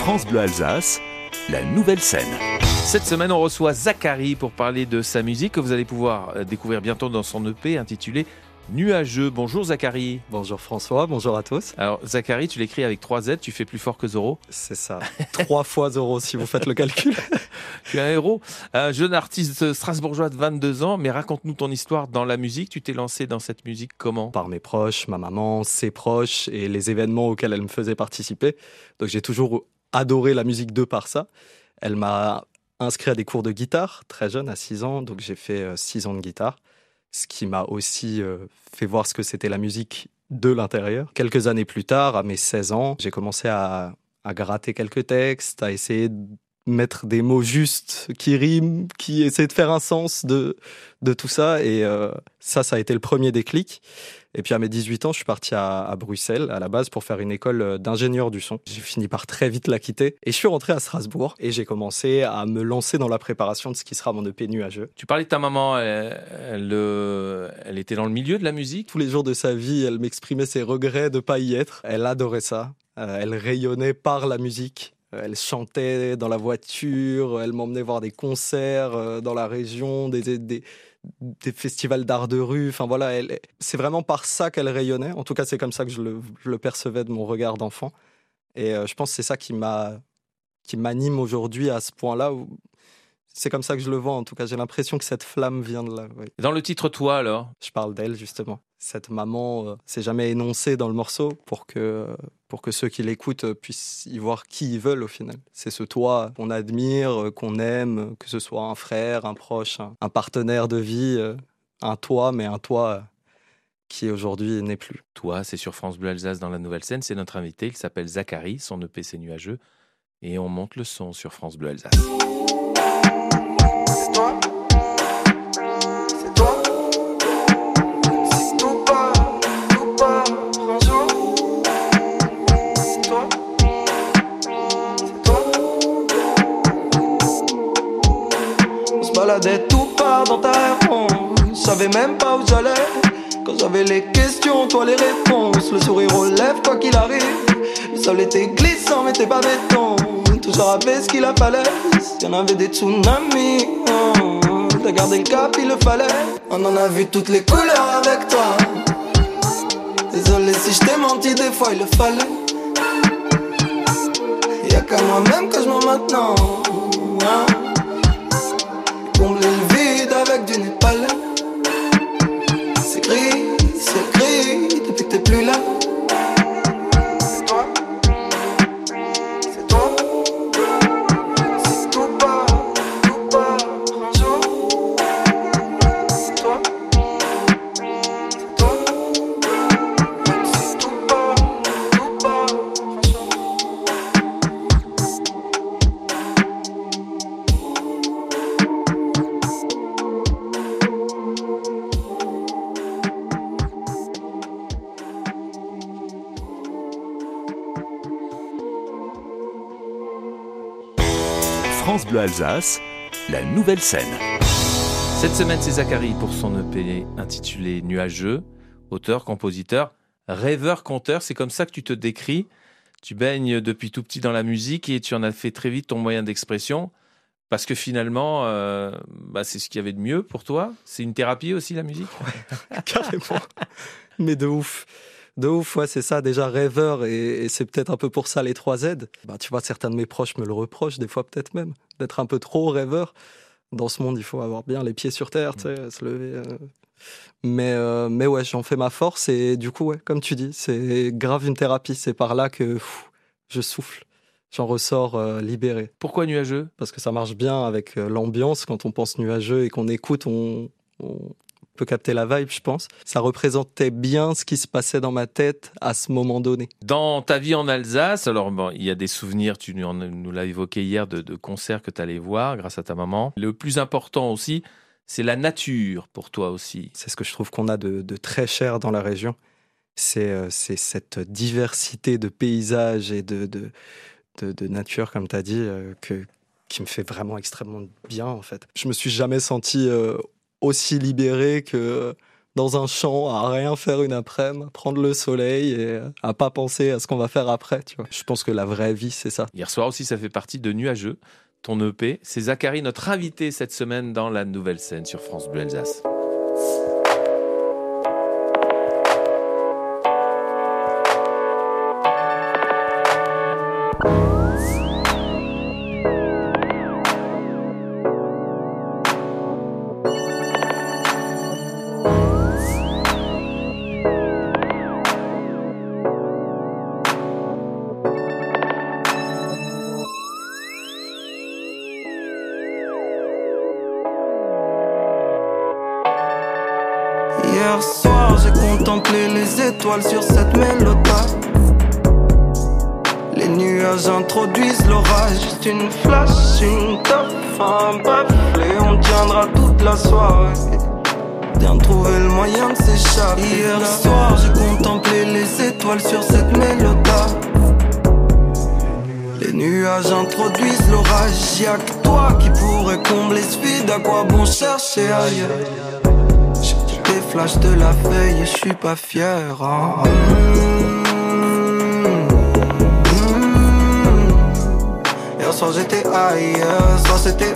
France Bleu Alsace, la nouvelle scène. Cette semaine, on reçoit Zachary pour parler de sa musique que vous allez pouvoir découvrir bientôt dans son EP intitulé Nuageux. Bonjour Zachary. Bonjour François, bonjour à tous. Alors Zachary, tu l'écris avec 3 Z, tu fais plus fort que Zorro. C'est ça, 3 fois Zorro si vous faites le calcul. Tu es un héros, un jeune artiste strasbourgeois de 22 ans, mais raconte-nous ton histoire dans la musique. Tu t'es lancé dans cette musique comment ? Par mes proches, ma maman, ses proches et les événements auxquels elle me faisait participer. Donc j'ai toujours adoré la musique de par ça. Elle m'a inscrit à des cours de guitare très jeune, à 6 ans, donc j'ai fait 6 ans de guitare. Ce qui m'a aussi fait voir ce que c'était la musique de l'intérieur. Quelques années plus tard, à mes 16 ans, j'ai commencé à gratter quelques textes, à essayer de mettre des mots justes, qui riment, qui essaient de faire un sens de tout ça. Et ça a été le premier déclic. Et puis à mes 18 ans, je suis parti à Bruxelles, à la base, pour faire une école d'ingénieur du son. J'ai fini par très vite la quitter. Et je suis rentré à Strasbourg et j'ai commencé à me lancer dans la préparation de ce qui sera mon EP Nuageux. Tu parlais de ta maman, elle était dans le milieu de la musique. Tous les jours de sa vie, elle m'exprimait ses regrets de ne pas y être. Elle adorait ça. Elle rayonnait par la musique. Elle chantait dans la voiture, elle m'emmenait voir des concerts dans la région, des festivals d'art de rue. Enfin voilà, c'est vraiment par ça qu'elle rayonnait. En tout cas, c'est comme ça que je le percevais de mon regard d'enfant. Et je pense que c'est ça qui m'anime aujourd'hui à ce point-là. C'est comme ça que je le vois. En tout cas, j'ai l'impression que cette flamme vient de là. Oui. Dans le titre Toi alors ? Je parle d'elle justement. Cette maman s'est jamais énoncée dans le morceau pour que ceux qui l'écoutent puissent y voir qui ils veulent au final. C'est ce toi qu'on admire, qu'on aime, que ce soit un frère, un proche, un partenaire de vie, un toi, mais un toi qui aujourd'hui n'est plus. Toi, c'est sur France Bleu Alsace dans la nouvelle scène. C'est notre invité, il s'appelle Zachary, son EP c'est Nuageux. Et on monte le son sur France Bleu Alsace. C'est toi, c'est toi. Si tout part un jour. C'est toi, c'est toi. On se baladait tout part dans ta réponse. Je savais même pas où j'allais. Quand j'avais les questions, toi les réponses. Le sourire aux lèvres quoi qu'il arrive. Le sol était glissant mais t'es pas béton. Toujours avait ce qu'il a fallait. Y'en avait des tsunamis. T'as gardé le cap, il le fallait. On en a vu toutes les couleurs avec toi. Désolé si je t'ai menti, des fois il le fallait. Y'a qu'à moi-même que je mens maintenant. Combler le vide avec du népalais. C'est gris depuis que t'es plus là. C'est toi, c'est toi. Si tout part un jour. C'est toi, c'est toi. Si tout part un jour. France Bleu Alsace, la nouvelle scène. Cette semaine, c'est Zachary pour son EP intitulé Nuageux, auteur, compositeur, rêveur, conteur. C'est comme ça que tu te décris. Tu baignes depuis tout petit dans la musique et tu en as fait très vite ton moyen d'expression parce que finalement, c'est ce qu'il y avait de mieux pour toi. C'est une thérapie aussi, la musique ? Carrément. Mais de ouf. De ouf, ouais, c'est ça, déjà rêveur, et c'est peut-être un peu pour ça les 3 Z. Tu vois, certains de mes proches me le reprochent, des fois peut-être même, d'être un peu trop rêveur. Dans ce monde, il faut avoir bien les pieds sur terre, tu sais, se lever. Mais ouais, j'en fais ma force, et du coup, ouais, comme tu dis, c'est grave une thérapie. C'est par là que je souffle. J'en ressors libéré. Pourquoi Nuageux ? Parce que ça marche bien avec l'ambiance. Quand on pense nuageux et qu'on écoute, on peut capter la vibe, je pense. Ça représentait bien ce qui se passait dans ma tête à ce moment donné. Dans ta vie en Alsace, alors il y a des souvenirs, tu nous l'as évoqué hier, de concerts que tu allais voir grâce à ta maman. Le plus important aussi, c'est la nature pour toi aussi. C'est ce que je trouve qu'on a de très cher dans la région. C'est cette diversité de paysages et de nature, comme tu as dit, qui me fait vraiment extrêmement bien, en fait. Je me suis jamais senti aussi libéré que dans un champ à rien faire une après-midi, à prendre le soleil et à pas penser à ce qu'on va faire après. Tu vois. Je pense que la vraie vie, c'est ça. Hier soir aussi, ça fait partie de Nuageux, ton EP. C'est Zachary, notre invité cette semaine dans la nouvelle scène sur France Bleu Alsace. Hier soir, j'ai contemplé les étoiles sur cette mélodie. Les nuages introduisent l'orage. C'est une flash, une toffe, un baffle. On tiendra toute la soirée. Bien trouver le moyen de s'échapper. Hier soir, j'ai contemplé les étoiles sur cette mélodie. Les nuages introduisent l'orage. Y'a que toi qui pourrais combler ce vide. À quoi bon chercher ailleurs? Des flashs de la veille et je suis pas fier. Hein. Hier soir j'étais ailleurs, ce soir c'était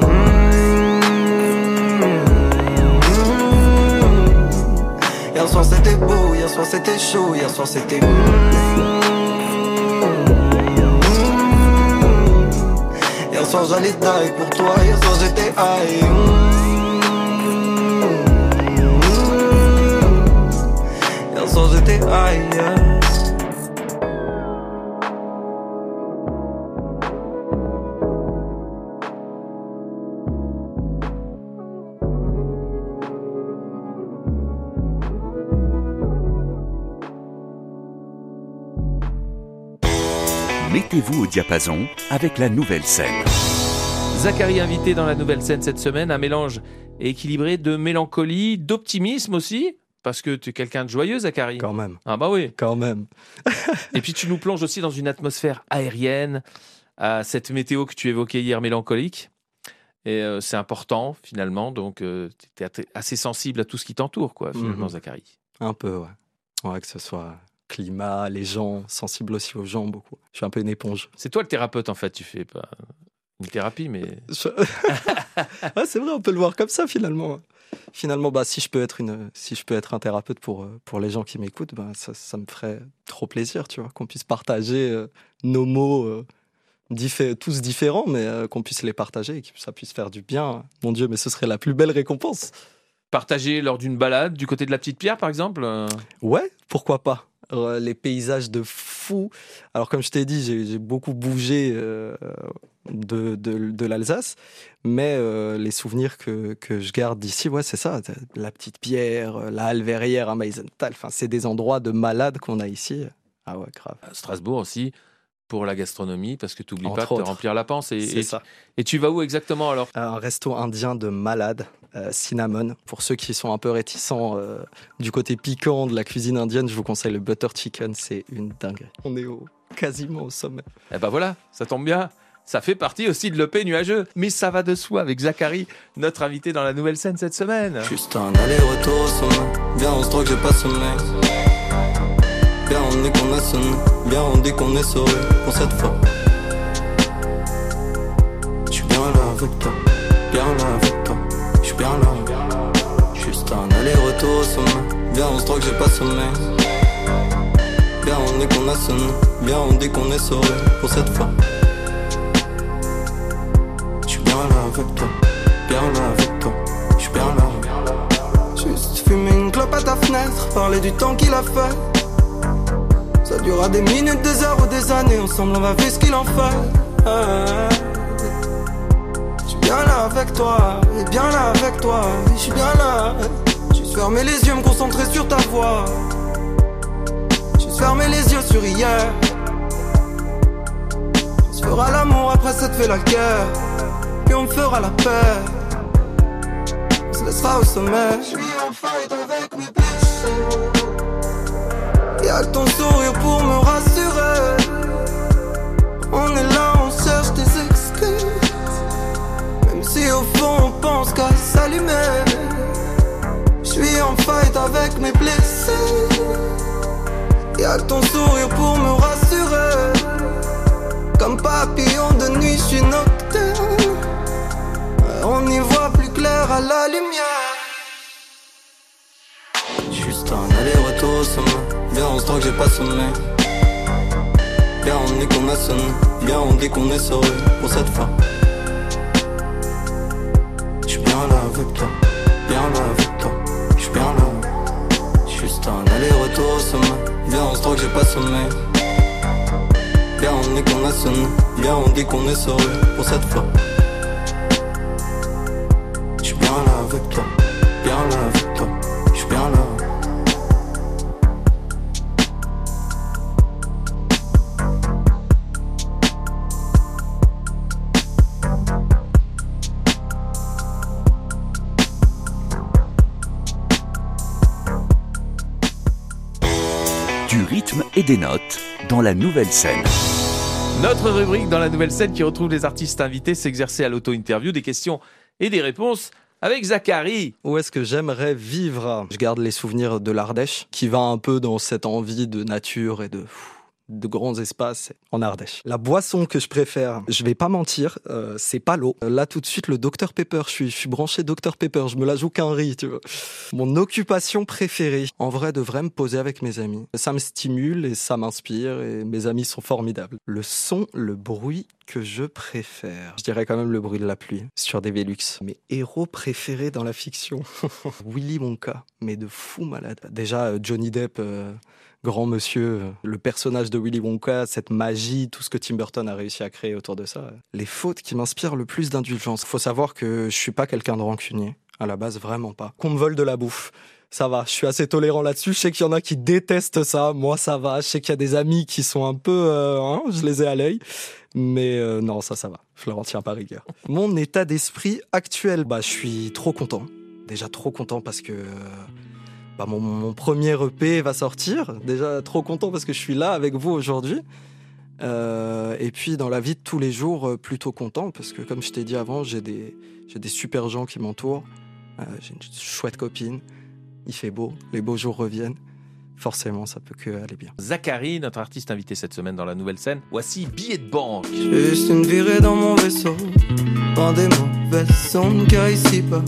Hier soir c'était beau, hier soir c'était chaud, hier soir c'était Hier soir j'allais die pour toi, hier soir j'étais ailleurs. Hier soir j'étais ailleurs. Mettez-vous au diapason avec la nouvelle scène. Zachary invité dans la nouvelle scène cette semaine, un mélange équilibré de mélancolie, d'optimisme aussi, parce que tu es quelqu'un de joyeux, Zachary. Quand même. Ah bah oui. Quand même. Et puis tu nous plonges aussi dans une atmosphère aérienne, à cette météo que tu évoquais hier, mélancolique. Et c'est important finalement, donc tu es assez sensible à tout ce qui t'entoure, quoi, finalement, Zachary. Un peu, ouais. Ouais, que ce soit climat, les gens, sensible aussi aux gens, beaucoup. Je suis un peu une éponge. C'est toi le thérapeute, en fait, tu fais pas une thérapie, mais... Ouais, c'est vrai, on peut le voir comme ça, finalement. Finalement, bah, si je peux être un thérapeute pour les gens qui m'écoutent, bah, ça me ferait trop plaisir, tu vois, qu'on puisse partager nos mots tous différents, mais qu'on puisse les partager et que ça puisse faire du bien. Mon Dieu, mais ce serait la plus belle récompense. Partager lors d'une balade du côté de la Petite Pierre, par exemple Ouais, pourquoi pas. Les paysages de fou. Alors, comme je t'ai dit, j'ai beaucoup bougé de l'Alsace, mais les souvenirs que je garde d'ici, ouais, c'est ça. La Petite Pierre, la Halle Verrière à Meisenthal, c'est des endroits de malades qu'on a ici. Ah ouais, grave. À Strasbourg aussi, pour la gastronomie, parce que tu n'oublies pas de te autres. remplir la panse. C'est ça. Et tu vas où exactement alors ? Un resto indien de malade, Cinnamon. Pour ceux qui sont un peu réticents du côté piquant de la cuisine indienne, je vous conseille le butter chicken, c'est une dinguerie. On est quasiment au sommet. Eh ben voilà, ça tombe bien. Ça fait partie aussi de l'EP Nuageux. Mais ça va de soi avec Zachary, notre invité dans la nouvelle scène cette semaine. Juste un aller-retour au sommet. Bien on se drogue, j'ai pas sommeil. Bien on dit qu'on a sonné. Bien on dit qu'on est sauvé pour cette fois. J'suis bien là avec toi. Bien là avec toi. J'suis bien là. Juste un aller-retour au sommet. Bien on se drogue, j'ai pas sommeil. Bien on dit qu'on a sonné. Bien on dit qu'on est sauvé pour cette fois. Avec toi, bien là avec toi, je suis bien là. Juste fumer une clope à ta fenêtre, parler du temps qu'il a fait. Ça durera des minutes, des heures ou des années, ensemble on va voir ce qu'il en fait. Je suis bien là avec toi, et bien là avec toi, je suis bien là. Juste fermer les yeux, me concentrer sur ta voix. Juste fermer les yeux sur hier. On se fera l'amour, après ça te fait la guerre. Puis on me fera la paix. On se laissera au sommet. Je suis en fight avec mes blessures. Y'a que ton sourire pour me rassurer. On est là, on cherche des excuses. Même si au fond on pense qu'à s'allumer. Je suis en fight suis nocturne. On y voit plus clair à la lumière. Juste un aller-retour au sommet. Bien on se drogue, j'ai pas sommeil. Bien on dit qu'on a sonné. Bien on dit qu'on est sauvé pour cette fois. J'suis bien là avec toi. Bien là avec toi. J'suis bien là. Juste un aller-retour au sommet. Bien on se drogue, j'ai pas sommeil. Bien on dit qu'on a sonné. Bien on dit qu'on est sauvé pour cette fois. J'suis bien là avec toi. Bien là avec toi. J'suis bien là. Du rythme et des notes dans la nouvelle scène. Notre rubrique dans la nouvelle scène qui retrouve les artistes invités s'exercer à l'auto-interview, des questions et des réponses avec Zachary. Où est-ce que j'aimerais vivre ? Je garde les souvenirs de l'Ardèche, qui va un peu dans cette envie de nature et de grands espaces en Ardèche. La boisson que je préfère, je vais pas mentir, c'est pas l'eau. Là tout de suite le Dr Pepper, je suis branché Dr Pepper, je me la joue qu'un riz, tu vois. Mon occupation préférée, en vrai de vrai me poser avec mes amis. Ça me stimule et ça m'inspire et mes amis sont formidables. Le son, le bruit que je préfère, je dirais quand même le bruit de la pluie sur des Velux. Mes héros préférés dans la fiction, Willy Wonka, mais de fou malade. Déjà Johnny Depp, grand monsieur, le personnage de Willy Wonka, cette magie, tout ce que Tim Burton a réussi à créer autour de ça. Les fautes qui m'inspirent le plus d'indulgence. Faut savoir que je suis pas quelqu'un de rancunier, à la base vraiment pas. Qu'on me vole de la bouffe, ça va, je suis assez tolérant là-dessus. Je sais qu'il y en a qui détestent ça, moi ça va. Je sais qu'il y a des amis qui sont un peu, je les ai à l'œil. Mais non, ça va, je leur en tiens pas rigueur. Mon état d'esprit actuel, je suis trop content. Déjà trop content parce que mon premier EP va sortir. Déjà trop content parce que je suis là avec vous aujourd'hui. Et puis dans la vie de tous les jours, plutôt content parce que comme je t'ai dit avant, j'ai des super gens qui m'entourent. J'ai une chouette copine. Il fait beau, les beaux jours reviennent. Forcément, ça peut que aller bien. Zachary, notre artiste invité cette semaine dans la nouvelle scène. Voici Billet de banque. Juste une virée dans mon vaisseau, dans des mauvaises sondes car ici pas.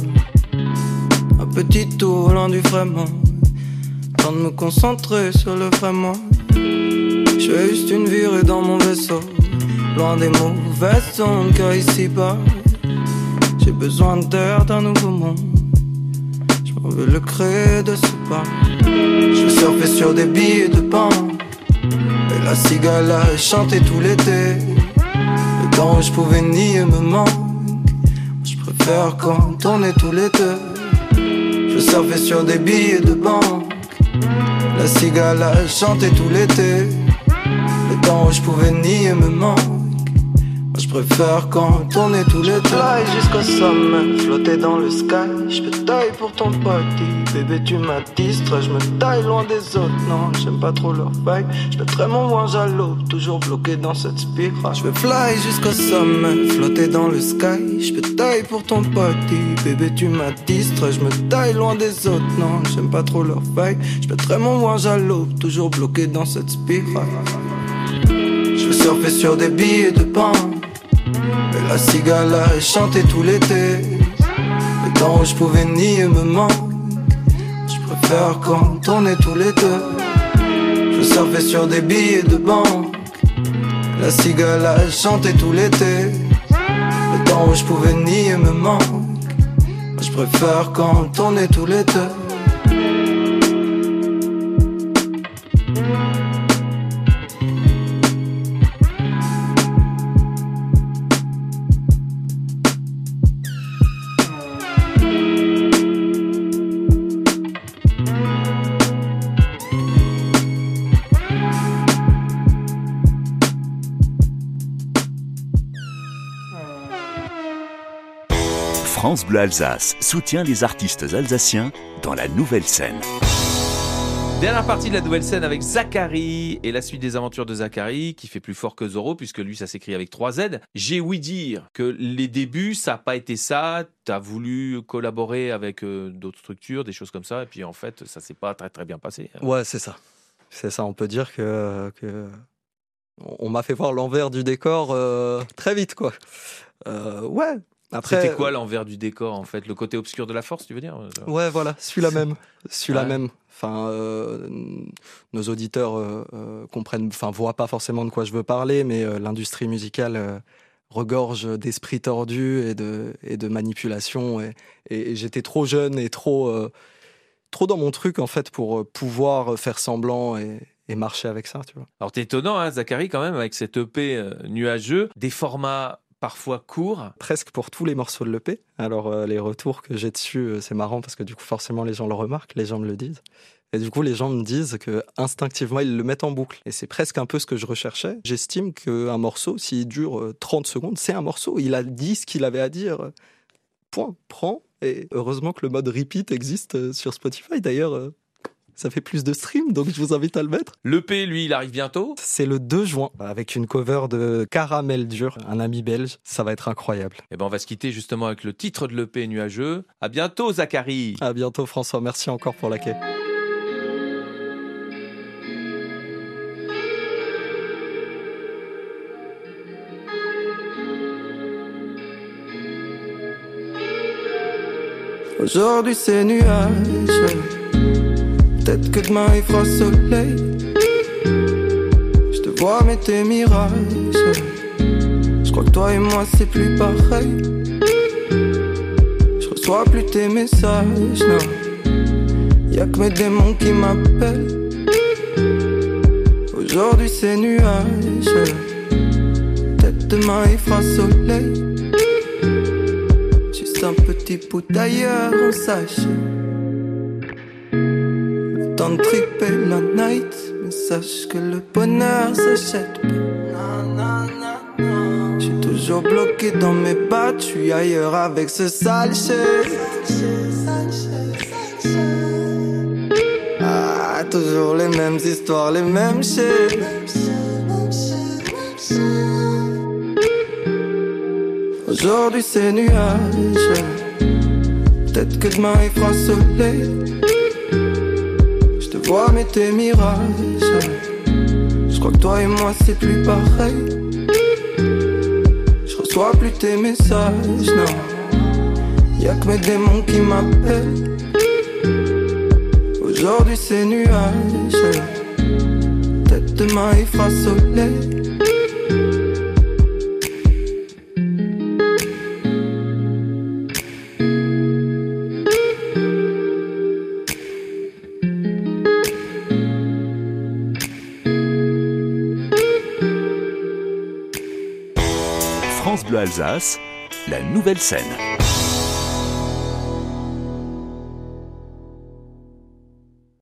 Un petit tour loin du vrai monde, temps de me concentrer sur le vrai moi. Je fais juste une virée dans mon vaisseau, loin des mauvaises ondes car ici pas. J'ai besoin d'air, d'un nouveau monde, je m'en veux le créer de ce pas. Je surfais sur des billets de banque, et la cigale a chanté tout l'été. Le temps où je pouvais nier me manque, je préfère quand on est tous les deux. Je surfais sur des billets de banque, la cigale a chanté tout l'été. Le temps où je pouvais nier me manque, je préfère quand on est tous les deux. Fly jusqu'au sommet, flotter dans le sky. Je peux tailler pour ton party, bébé tu m'as distrait. Je me taille loin des autres, non j'aime pas trop leur vibe. Je mettrai mon wange à l'eau, toujours bloqué dans cette spirale. Je veux fly jusqu'au sommet, flotter dans le sky. Je peux tailler pour ton party, bébé tu m'as distrait. Je me taille loin des autres, non j'aime pas trop leur vibe. Je mettrai mon wange à l'eau, toujours bloqué dans cette spirale. Je veux surfer sur des billets de banque, et la cigale a chanté tout l'été. Le temps où je pouvais nier me manque, je préfère quand on est tous les deux. Je surfais sur des billets de banque, la cigale a chanté tout l'été. Le temps où je pouvais nier me manque, je préfère quand on est tous les deux. France Bleu Alsace soutient les artistes alsaciens dans la nouvelle scène. Dernière partie de la nouvelle scène avec Zachary et la suite des aventures de Zachary qui fait plus fort que Zorro puisque lui ça s'écrit avec 3 Z. J'ai ouï dire que les débuts ça n'a pas été ça, tu as voulu collaborer avec d'autres structures, des choses comme ça et puis en fait ça s'est pas très très bien passé. Ouais c'est ça, on peut dire que On m'a fait voir l'envers du décor très vite, quoi. Ouais. Après, c'était quoi l'envers du décor, en fait? Le côté obscur de la force, tu veux dire? Ouais, voilà, celui-là même. Celui-là même. Enfin, nos auditeurs comprennent, enfin, voient pas forcément de quoi je veux parler, mais l'industrie musicale regorge d'esprits tordus et de manipulation. Et j'étais trop jeune et trop dans mon truc, en fait, pour pouvoir faire semblant et marcher avec ça, tu vois. Alors, t'es étonnant, hein, Zacharie, quand même, avec cet EP nuageux, des formats parfois courts. Presque pour tous les morceaux de l'EP. Alors, les retours que j'ai dessus, c'est marrant parce que du coup, forcément, les gens le remarquent, les gens me le disent. Et du coup, les gens me disent que instinctivement, ils le mettent en boucle. Et c'est presque un peu ce que je recherchais. J'estime qu'un morceau, s'il dure 30 secondes, c'est un morceau. Il a dit ce qu'il avait à dire. Point. Prends. Et heureusement que le mode repeat existe sur Spotify. D'ailleurs, ça fait plus de streams, donc je vous invite à le mettre. L'EP, lui, il arrive bientôt. C'est le 2 juin, avec une cover de Caramel Dur, un ami belge. Ça va être incroyable. Et ben, on va se quitter justement avec le titre de l'EP nuageux. À bientôt, Zacharie. À bientôt, François. Merci encore pour l'accueil. Aujourd'hui c'est nuage, peut-être que demain il fera soleil. Je te vois mais t'es mirage. Je crois que toi et moi c'est plus pareil. Je reçois plus tes messages, non. Y'a que mes démons qui m'appellent. Aujourd'hui c'est nuage, peut-être demain il fera soleil. Un petit bout d'ailleurs, on sache. Le temps de triper la night, mais sache que le bonheur s'achète pas. J'suis toujours bloqué dans mes battes, j'suis ailleurs avec ce sale shit. Ah, toujours les mêmes histoires, les mêmes shit. Aujourd'hui c'est nuage, peut-être que demain il fera soleil. Je te vois mais t'es mirage. Je crois que toi et moi c'est plus pareil. Je reçois plus tes messages, non. Y'a que mes démons qui m'appellent. Aujourd'hui c'est nuage, peut-être demain il fera soleil. France Bleu Alsace, la nouvelle scène.